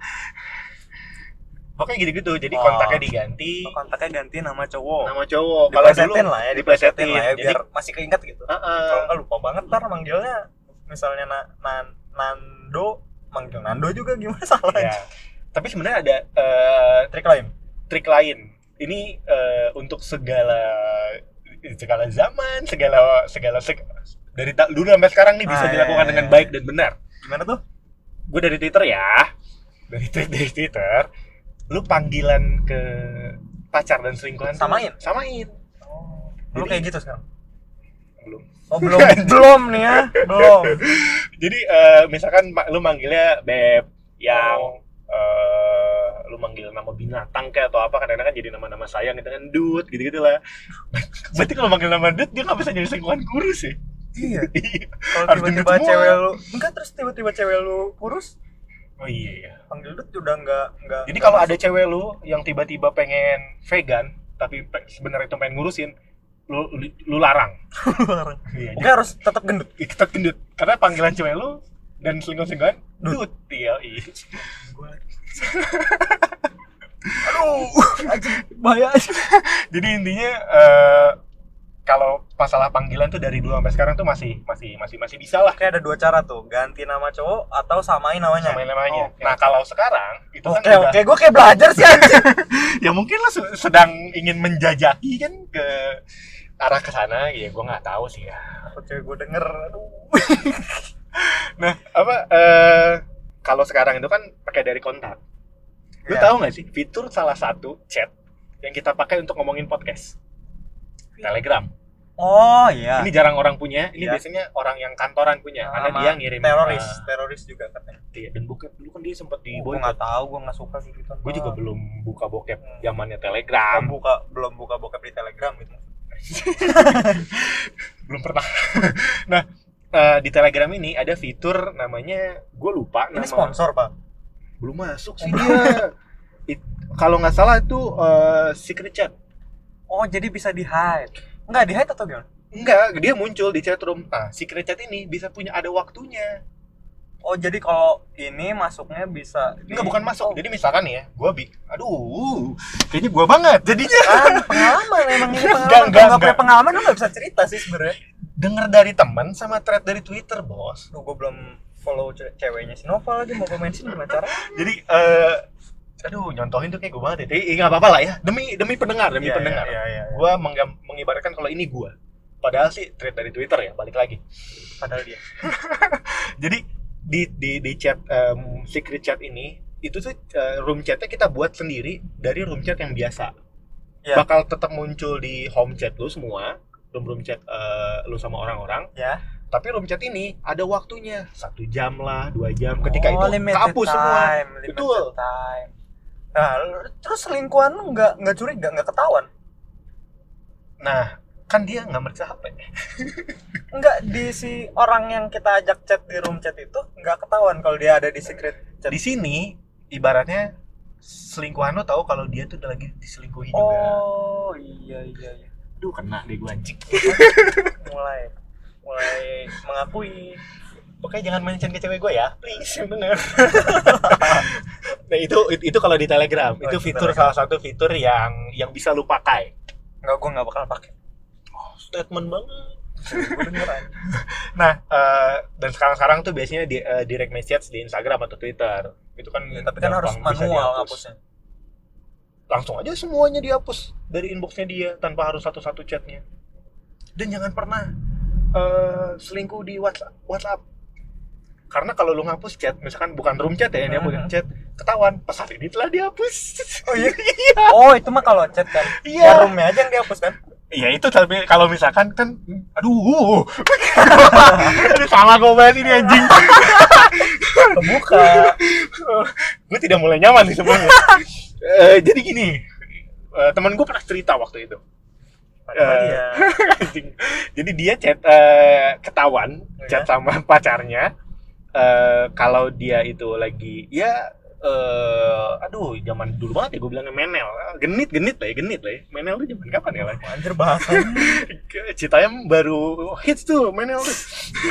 Pokoknya gitu-gitu. Jadi Oh. kontaknya diganti. Kontaknya ganti nama cowok. Nama cowok. Kalau dulu Diplesetin lah ya, diplesetin. diplesetin lah ya Jadi, biar masih keinget gitu. uh-uh. Kalau nggak lupa banget ntar manggilnya misalnya na, nan- Nando manggil Nando juga gimana Ya. salahnya? Tapi sebenarnya ada eh, Trik lain. trik lain. Ini eh, untuk segala segala zaman, segala segala seg- dari ta- dulu sampai sekarang nih bisa Ah, dilakukan iya, dengan iya. baik dan benar. Gimana tuh? Gue dari Twitter ya, dari tweet dari Twitter, lu panggilan ke pacar dan selingkuhan tuh Samain? samain. Oh, lu Jadi- kayak gitu sekarang? Belum. Oh belum, belum nih ya, belum. Jadi eh, misalkan ma- lu manggilnya beb yang Oh. eh, lu manggil nama binatang kayak atau apa, kadang-kadang kan jadi nama-nama sayang gitu kan, Dut gitu-gitu lah. Berarti kalau manggil nama Dut dia nggak bisa jadi selingkuhan kurus ya. Iya. Iya. Kalau Harus tiba-tiba gendut semua. cewek lu, enggak terus tiba-tiba cewek lu kurus, Oh iya ya. panggil Dut udah enggak enggak. Jadi kalau ada cewek lu yang tiba-tiba pengen vegan tapi pe- sebenarnya itu pengen ngurusin, lu lu, lu larang. larang. Iya. Oke harus tetap gendut. Jadi kita gendut karena panggilan cewek lu dan selingkuhan-selingkuhan Dut. Iya. iya. Aduh, anjing bahaya aja. Jadi intinya eh, kalau masalah panggilan tuh dari dulu sampai sekarang tuh masih masih masih masih bisa lah Kayak ada dua cara tuh, ganti nama cowok atau samain namanya. sama namanya. Oh, oke. Nah kalau sekarang itu kan Oke, udah- oke, gue kayak belajar sih anjing. ya mungkin lo se- sedang ingin menjajaki kan ke arah ke sana, ya gue nggak tahu sih ya. Aku cewek gue denger, aduh. Nah apa eh kalau sekarang itu kan pakai dari kontak. Lu Iya. tahu nggak sih fitur salah satu chat yang kita pakai untuk ngomongin podcast? Telegram. Oh iya. Ini jarang orang punya. Ini Iya. biasanya orang yang kantoran punya. Karena Sama dia ngirim teroris, eh, teroris juga katanya. iya, dan bokep dulu kan dia sempat di Gue nggak tahu, gue nggak suka sih gitu. Gue juga belum buka bokep Hmm. zamannya belum Telegram. buka, belum buka bokep di Telegram gitu. Belum pernah. Nah, eh, di Telegram ini ada fitur namanya, gue lupa Ini nama. sponsor pak. Belum masuk sih Oh, dia. It- kalau nggak salah itu eh, secret chat. Oh jadi bisa di hide? Enggak di hide atau gimana? Enggak, dia muncul di chat room. Nah, secret chat ini bisa punya ada waktunya. Oh jadi kalau ini masuknya bisa di... Enggak, bukan masuk. Oh, Jadi misalkan nih ya, gue bi, aduh, kayaknya gue banget. Jadinya kan pengalaman emang ini pengalaman. Enggak, Kalau enggak, nggak punya enggak. pengalaman lu nggak bisa cerita sih sebenarnya. denger dari teman sama thread dari Twitter, bos. Duh gue belum follow ce- ceweknya si Nova lagi, mau gue mention gimana cara? Jadi, eh, aduh, nyontohin tuh kayak gue banget ya. Tapi nggak apa-apa lah ya. Demi demi pendengar, demi Iya, pendengar. iya, iya, iya. Gue mengibaratkan kalau ini gue. Padahal sih thread dari Twitter ya, balik lagi. padahal dia. Jadi di di di chat um, secret chat ini itu tuh uh, room chatnya kita buat sendiri dari room chat yang biasa. Ya. Bakal tetap muncul di home chat lu semua, room room chat uh, lu sama orang-orang. Ya. Tapi room chat ini ada waktunya satu jam lah, dua jam. Ketika Oh, itu limited kehapus semua. time, limited Betul. time. Nah, lu- terus selingkuhan lu nggak nggak curiga, nggak ketahuan? Nah, kan dia nggak meriksa H P. Nggak, di si orang yang kita ajak chat di room chat itu nggak ketahuan kalau dia ada di secret chat. Di sini ibaratnya selingkuhan lo tahu kalau dia tuh udah lagi diselingkuhi juga. Oh iya iya iya. Aduh, kena deh gua anjing. mulai mulai mengakui. Pokoknya jangan mention ke cewek gue ya, please, bener. Nah itu itu, itu kalau di Telegram, Oh, itu di fitur Telegram. salah satu fitur yang yang bisa lu pakai. Nggak, gue nggak bakal pakai. Oh, statement banget. Gue denger aja. Nah, eh, dan sekarang-sekarang tuh biasanya di, eh, direct message di Instagram atau Twitter. Itu kan Ya, tapi kan harus gampang bisa manual dihapus. hapusnya. Langsung aja semuanya dihapus dari inboxnya dia tanpa harus satu-satu chatnya. Dan jangan pernah eh, selingkuh di WhatsApp. WhatsApp. Karena kalau lu ngapus chat, misalkan bukan room chat ya, yang dihapus Mhm. chat, ketahuan pesan ini telah dihapus. Oh iya. Oh itu mah kalau chat kan. Iya. Ya roomnya aja yang dihapus kan. Iya itu, tapi kalau misalkan kan, aduh, aduh salah gue banget ini anjing. Kebuka. Gue tidak mulai nyaman nih sebenarnya. Eh, jadi gini, eh, teman gue pernah cerita waktu itu. Padahal Eh, dia. Anjing. Jadi dia chat eh, ketahuan Ya. chat sama pacarnya eh, kalau dia itu lagi ya eh, aduh zaman dulu banget ya gue bilangnya menel, genit genit lah ya genit lah ya. Menel tuh zaman kapan ya lah? Anjir bahasanya. Citayam baru hits tuh menel tuh.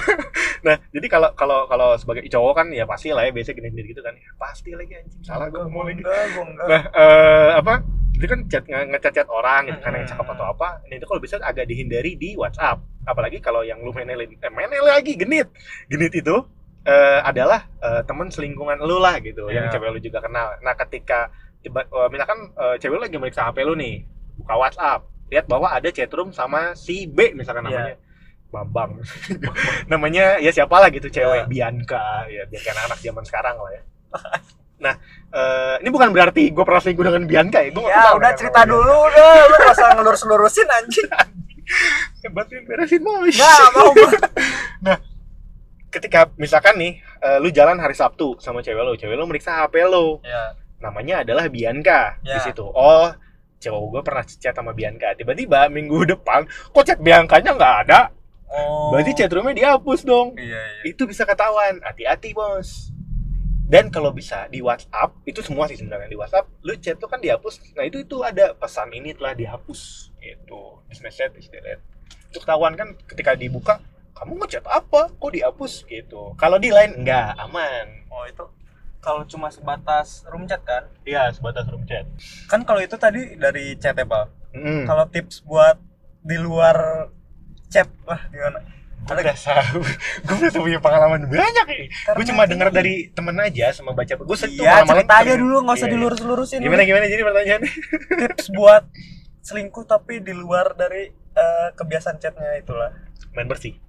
Nah jadi kalau kalau kalau sebagai cowok kan ya pasti lah ya biasa genit gitu kan, ya, pasti lagi anjing salah gue ngomong lagi. Enggak, gue enggak. Nah, eh, apa? Itu kan chat nge- ngechat-chat orang gitu kan yang Hmm. cakep atau apa. Nah, itu kalau bisa agak dihindari di WhatsApp. Apalagi kalau yang lu menelin, eh, menel lagi genit. Genit itu eh, adalah eh, teman selingkungan lu lah gitu, yang Iya. cewek lu juga kenal. Nah, ketika tiba eh, misalkan eh, cewek lu lagi meriksa H P lu nih, buka WhatsApp, lihat bahwa ada chatroom sama si B misalkan Iya. namanya. Bambang. Namanya ya siapa lah gitu cewek, Iya. Bianca, ya biar kayak anak-anak zaman sekarang lah ya. Nah, eh, ini bukan berarti gue pernah selingkuh dengan Bianca ya. Gue Ya udah cerita dulu udah, lu gak usah ngelurus-lurusin anjing. Bantuin beresin mau. Nggak mau gua. Nah, ketika misalkan nih, eh, lu jalan hari Sabtu sama cewek lu, cewek lu meriksa H P lu, Ya. namanya adalah Bianca di Ya. situ. Oh, cewek gue pernah chat sama Bianca. Tiba-tiba minggu depan, kok chat Biancanya nggak ada? Oh. Berarti chatroomnya dihapus dong. Iya, iya. Itu bisa ketahuan. Hati-hati bos. Dan kalau bisa di WhatsApp, itu semua sih sebenarnya di WhatsApp, lu chat tuh kan dihapus. Nah itu itu ada pesan ini telah dihapus. Itu this message is deleted. Itu ketahuan kan ketika dibuka, kamu ngechat apa? Kok dihapus gitu. Kalau di Line enggak, aman. Oh itu kalau cuma sebatas room chat kan? Iya, sebatas room chat. Kan kalau itu tadi dari chatable. Hmm. Kalau tips buat di luar chat lah gimana? Gue berasa, gue berasa punya pengalaman banyak nih. Gue Karena cuma ini- dengar dari temen aja sama baca. Gue sering tuh Iya, malam-malam cerita aja sering- dulu, nggak usah Iya, iya. dilurus-lurusin. Gimana gimana jadi pertanyaannya? Tips buat selingkuh tapi di luar dari eh, kebiasaan chatnya itulah. Main bersih.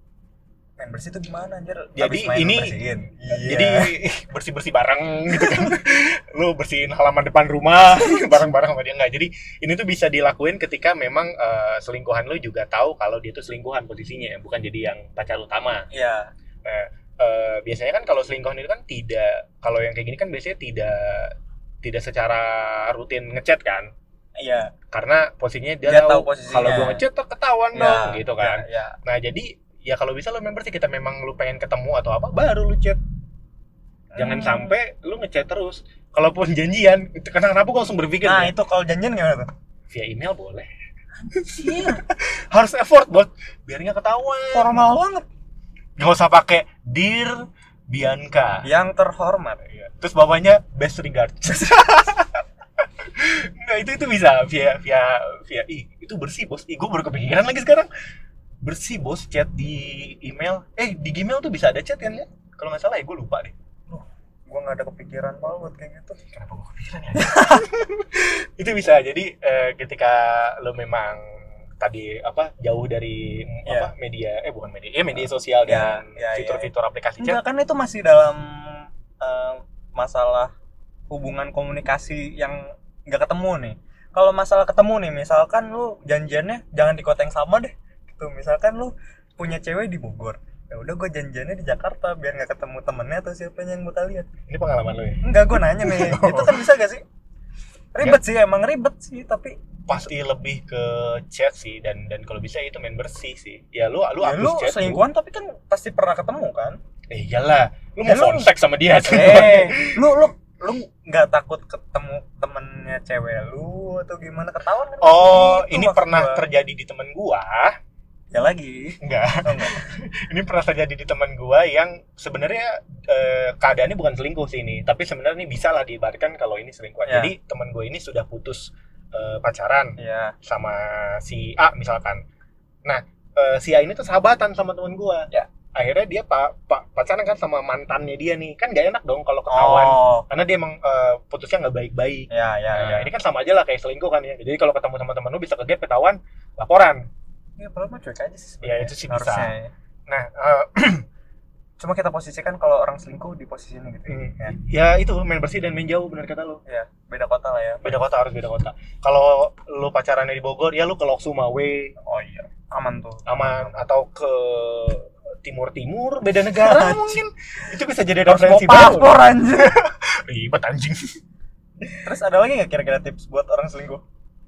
Main bersih itu gimana anjir? Jadi Habis main ini- bersihin. Iya. Jadi bersih-bersih bareng gitu kan. Lu bersihin halaman depan rumah bareng-bareng sama dia enggak. Jadi ini tuh bisa dilakuin ketika memang eh, selingkuhan lu juga tahu kalau dia tuh selingkuhan posisinya, bukan jadi yang pacar utama. Iya. Nah, eh, biasanya kan kalau selingkuhan itu kan tidak, kalau yang kayak gini kan biasanya tidak tidak secara rutin ngechat kan. Iya. Karena posisinya dia, Dia tahu, tahu posisinya. kalau gua ngechat tuh ketahuan Iya, dong gitu kan. Iya. Nah, jadi ya kalau bisa lo member sih, kita memang lu pengen ketemu atau apa baru lu chat. Jangan Hmm. sampai lu ngechat terus. Kalaupun janjian, itu kenapa gua langsung berpikir Nah, ya, itu kalau janjian gimana tuh? via email boleh. Iya. Harus effort buat biar nggak ketahuan. Formal banget. Nggak usah pakai Dear Bianca. Yang terhormat. Iya. Terus bawahnya best regards. Nah, itu itu bisa via via via ih, itu bersih bos. Ih, gue baru kepikiran lagi sekarang. Bersih bos, chat di email. Eh, di Gmail tuh bisa ada chat kan ya? Kalau nggak salah ya, gue lupa deh. Gua nggak ada kepikiran malah buat kayak gitu. Kenapa gue kepikiran ya? Itu bisa. Jadi eh, ketika lo memang tadi apa jauh dari mm, Iya. apa media eh bukan media, ya media sosial Iya, dan iya, iya. fitur-fitur aplikasi Enggak, chat. kan itu masih dalam eh, masalah hubungan komunikasi yang nggak ketemu nih. Kalau masalah ketemu nih, misalkan lu janjiannya jangan di kota yang sama deh. Gitu. Misalkan lu punya cewek di Bogor, ya udah gue janjiannya di Jakarta biar nggak ketemu temennya atau siapanya yang bakal lihat. Ini pengalaman lo ya? Enggak, gue nanya nih, itu kan bisa gak sih? Ribet sih, emang ribet sih, tapi Pasti lebih ke chat sih, dan dan kalau bisa itu main bersih sih. Ya lu lu ya hapus lu chat lu. selingkuhan tapi kan pasti pernah ketemu kan? Eh iyalah, lu Ya, mau lu- phone sex sama dia. Eh, lu lu lu nggak takut ketemu temennya cewek lu atau gimana, ketahuan kan? Oh, Gitu ini maksud pernah gua. terjadi di teman gua. Ya lagi. Enggak. Oh, enggak. Ini pernah terjadi di teman gua yang sebenarnya eh, keadaannya bukan selingkuh sih ini, tapi sebenarnya ini bisa lah diibaratkan kalau ini selingkuh. Ya. Jadi teman gua ini sudah putus eh, pacaran Ya. sama si A misalkan. Nah, eh, si A ini tuh sahabatan sama teman gua. Ya. Akhirnya dia pak pa, pacaran kan sama mantannya dia nih. Kan gak enak dong kalau ketahuan. Oh. Karena dia emang eh, putusnya nggak baik-baik. Ya, ya, Nah, ya. ini kan sama aja lah kayak selingkuh kan ya. Jadi kalau ketemu sama teman lu bisa kegep ketahuan, laporan. Ya, padahal mah cuek aja sih. Ya, itu sih bisa. Harusnya. Nah, eh, Cuma kita posisikan kalau orang selingkuh di posisi ini gitu. Hmm. Ya. ya itu main bersih dan main jauh, benar kata lu. Ya, beda kota lah ya. Beda kota, harus beda kota. Kalau lu pacarannya di Bogor, ya lu ke Loksuma we, Oh iya, aman tuh. aman, atau ke timur-timur, beda negara mungkin. Itu bisa jadi Harus referensi bawa paspor baru. anjir. Ribet anjing. Terus ada lagi nggak kira-kira tips buat orang selingkuh?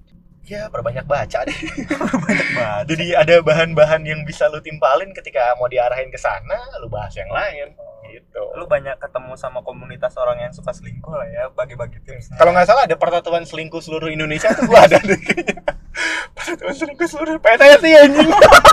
Ya, perbanyak baca deh. Banyak banget. Jadi ada bahan-bahan yang bisa lu timpalin ketika mau diarahin ke sana, lu bahas yang lain. Gitu. Lu banyak ketemu sama komunitas orang yang suka selingkuh lah ya, bagi-bagi tips. Kalau nggak salah ada persatuan selingkuh seluruh Indonesia tuh gua ada deh kayaknya. Persatuan selingkuh seluruh P S S I anjing.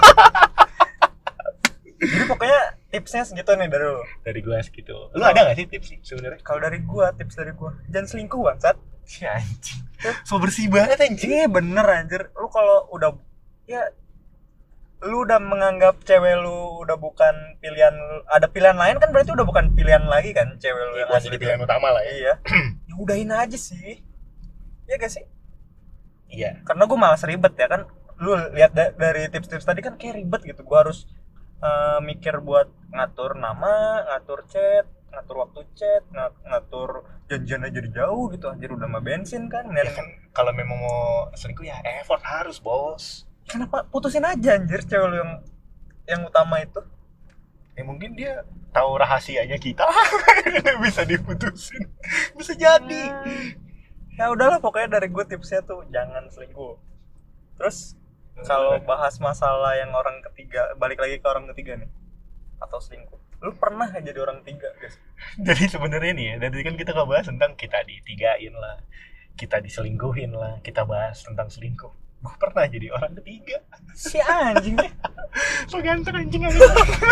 Jadi pokoknya tipsnya segitu nih dari lu. Dari gua segitu. Lu ada nggak sih tips sih sebenarnya? Kalau dari gua, tips dari gua, jangan selingkuh bangsat. Si anjing. So bersih banget anjing. Iya bener anjir. Lu kalau udah ya lu udah menganggap cewek lu udah bukan pilihan, ada pilihan lain kan berarti udah bukan pilihan lagi kan cewek lu yang Bukan asli jadi pilihan utama lah ya. Iya. Ya udahin aja sih. Iya gak sih? Iya. Karena gue malas ribet ya kan. Lu lihat da- dari tips-tips tadi kan kayak ribet gitu. Gue harus eh, mikir buat ngatur nama, ngatur chat, ngatur waktu chat, ngat- ngatur janjiannya jadi jauh gitu. Anjir udah mah bensin kan. Ya Dan kan kalau memang mau selingkuh ya effort harus, Bos. kenapa putusin aja anjir cewek lu yang yang utama itu? Ya mungkin dia tahu rahasianya kita. Bisa diputusin. Bisa jadi. Ya udahlah pokoknya dari gue tipsnya tuh jangan selingkuh. Terus kalau bahas masalah yang orang ketiga, balik lagi ke orang ketiga nih, atau selingkuh, lu pernah gak jadi orang ketiga guys? Jadi sebenarnya nih ya, dari kan kita ngebahas tentang kita ditigain lah, kita diselingkuhin lah, kita bahas tentang selingkuh. Gue pernah jadi orang ketiga. Si anjing nih. So ganteng anjing aja.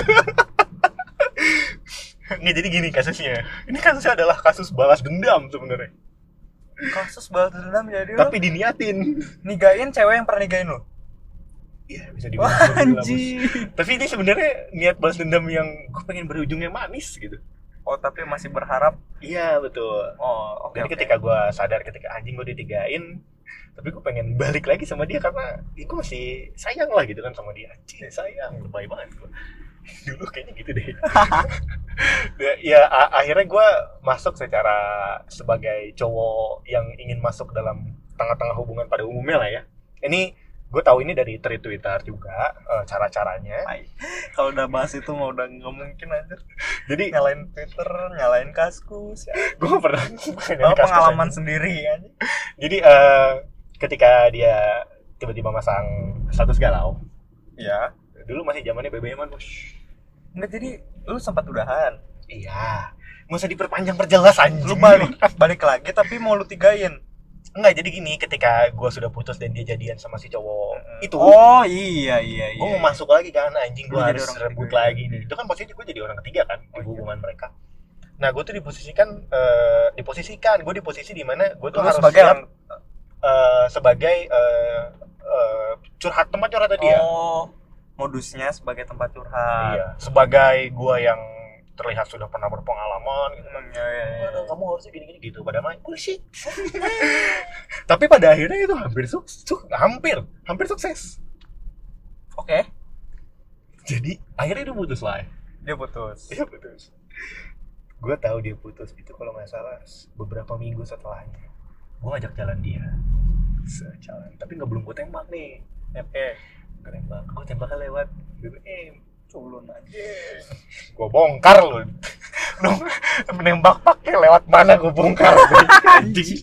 Nggak, jadi gini kasusnya. Ini kasusnya adalah kasus balas dendam sebenarnya. Kasus balas dendam jadi Tapi lu diniatin. nigain cewek yang pernah nigain lu? Iya, bisa Wah dibilang. gitu lah, Bos. anjing. Tapi ini sebenarnya niat balas dendam yang gue pengen berujungnya manis gitu. Oh tapi masih berharap. Iya, betul. Oh oke Jadi oke. ketika gue sadar ketika anjing gue ditigain, tapi gue pengen balik lagi sama dia karena ya gue masih sayang lah gitu kan sama dia. Anjing sayang, lebay banget gue. Dulu kayaknya gitu deh. ya, ya a- akhirnya gue masuk secara sebagai cowok yang ingin masuk dalam tengah-tengah hubungan pada umumnya lah ya. Ini gue tahu ini dari tweet Twitter juga eh, cara-caranya. Ay, kalau udah bahas itu mau udah nggak mungkin anjir. Jadi Nyalain Twitter, nyalain Kaskus ya. gue nggak pernah Oh, pengalaman sendiri anjing. Jadi eh, ketika dia tiba-tiba masang status galau, Ya. dulu masih zamannya B B M-an, Bos. Enggak, jadi lu sempat udahan. Iya, nggak usah diperpanjang perjelas anjing. Lu balik balik lagi tapi mau lu tigain. Enggak, jadi gini, ketika gue sudah putus dan dia jadian sama si cowok itu, Oh iya iya iya. gue mau masuk lagi kan, anjing gue Lu jadi harus orang rebut ketiga. lagi nih. Itu kan posisi gue jadi orang ketiga kan Oh, di iya. hubungan mereka. Nah, gue tuh diposisikan, eh, diposisikan, gue di posisi dimana gue tuh Lu harus sebagai siap orang eh, sebagai eh, eh, curhat tempat curhat dia. Oh, modusnya sebagai tempat curhat. Iya, sebagai gua yang terlihat sudah pernah berpengalaman gitu kan. Hmm, ya, ya, ya. Waduh, kamu harusnya gini-gini gitu. Padahal mah bullshit. Tapi pada akhirnya itu hampir sukses, hampir, hampir sukses. Oke. Jadi akhirnya dia putus lah. Dia putus. Dia putus. Gue tahu dia putus itu kalau nggak salah beberapa minggu setelahnya. Gue ngajak jalan dia. Sejalan. Tapi nggak belum gue tembak nih. Oke. Gue tembak. Gue tembaknya lewat B B M. Culun aja. Gue bongkar lu. Lu menembak pakai lewat mana gue bongkar. Anjing.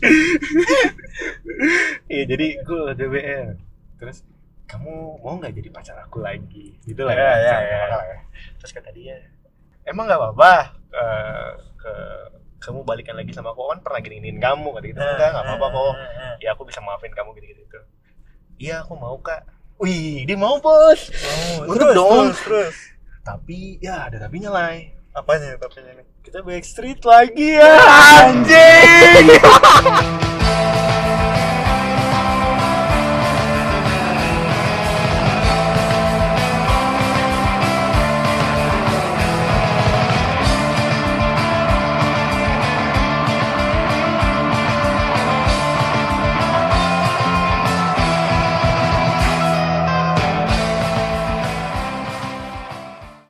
Iya jadi gue lewat B B M. Terus kamu mau nggak jadi pacar aku lagi? Gitu lah ya. Ya, ya, ya. ya. Terus kata dia, emang nggak apa-apa uh, ke kamu balikan lagi sama aku, kan pernah giniin kamu kata gitu. Enggak, nggak apa-apa kok. Ya aku bisa maafin kamu gitu-gitu. Iya aku mau kak. Wih dia mau bos. Oh, Mantap terus, dong. terus, terus. Tapi ya ada tapinya lah. Apanya tapinya nih? Kita backstreet lagi ya anjing.